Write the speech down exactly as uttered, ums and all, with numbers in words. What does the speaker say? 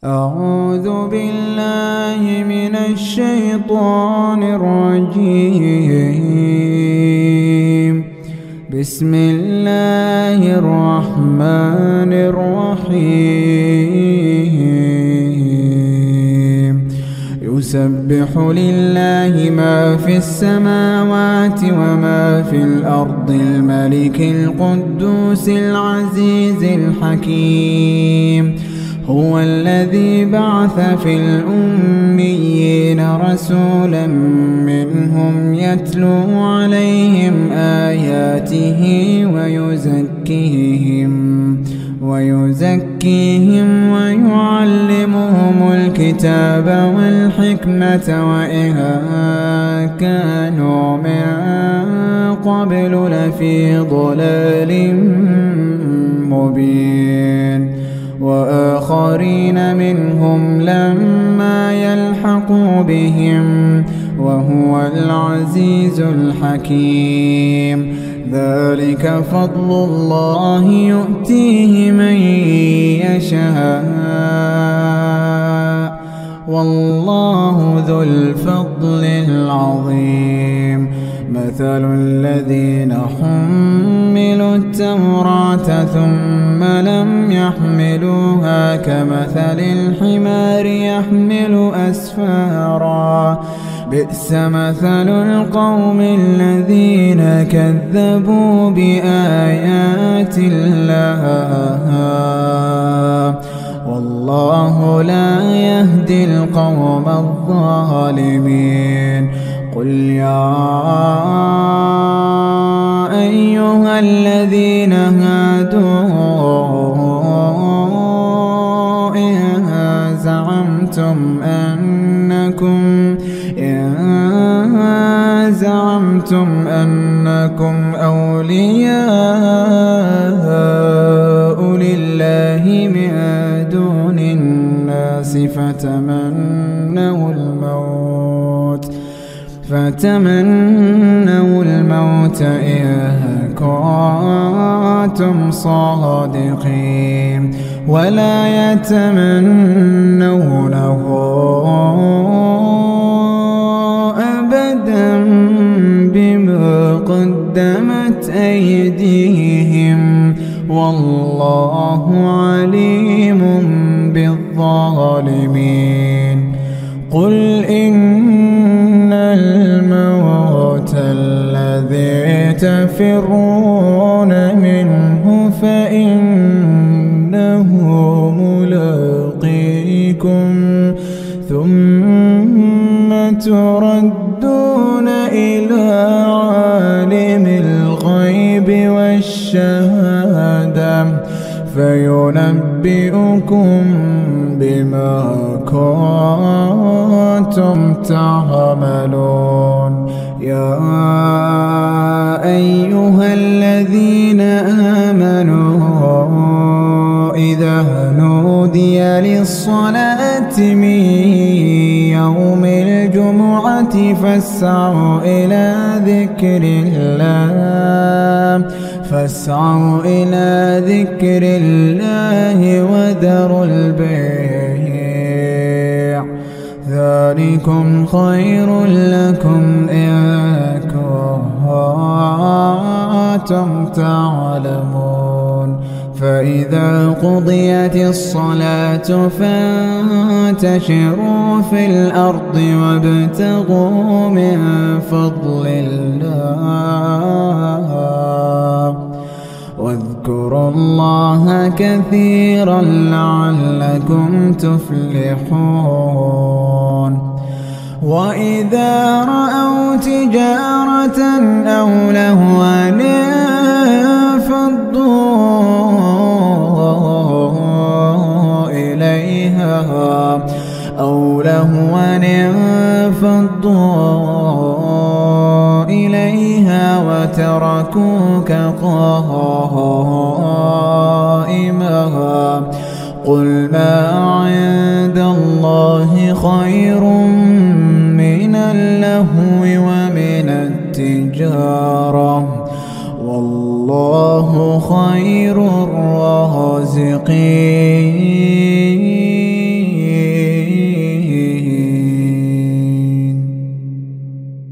أعوذ بالله من الشيطان الرجيم. بسم الله الرحمن الرحيم. يسبح لله ما في السماوات وما في الأرض الملك القدوس العزيز الحكيم. هو الذي بعث في الأميين رسولا منهم يتلو عليهم آياته ويزكيهم ويزكيهم ويعلمهم الكتاب والحكمة وإن كانوا من قبل لفي ضلال مبين. وآخرين منهم لما يلحقوا بهم وهو العزيز الحكيم. ذلك فضل الله يؤتيه من يشاء والله ذو الفضل العظيم. مثل الذين حملوا التوراة ثم لم يحملوها كمثل الحمار يحمل أسفارا بئس مثل القوم الذين كذبوا بآيات الله والله لا يهدي القوم الظالمين. قل يا أيها الذين هادوا إن زعمتم أنكم إن زعمتم أنكم أولياء لله من دون الناس فتمنوا الموت فتمنوا الموت إن كنتم صادقين ولا يتمنونه أبدا بما قدمت أيديهم والله عليم بالظالمين. قل إن الموت الذي تفرون منه فإنه ملاقيكم ثم تردون إلى عالم الغيب والشهادة فينبئكم بما كنتم تعملون. يا أيها الذين آمنوا إذا نودي للصلاة من يوم الجمعة فاسعوا إلى ذكر الله فاسعوا إلى ذكر الله وذروا البيع ذلكم خير لكم إن كنتم تعلمون. فإذا قضيت الصلاة فانتشروا في الأرض وابتغوا من فضل الله واذكروا الله كثيرا لعلكم تفلحون. وإذا رأوا تجارة أو لهوا انفضوا إليها أو لهوا انفضوا إليها وتركوك قائما. قل ما عند الله خير من اللهو ومن التجارة والله خير الرازقين.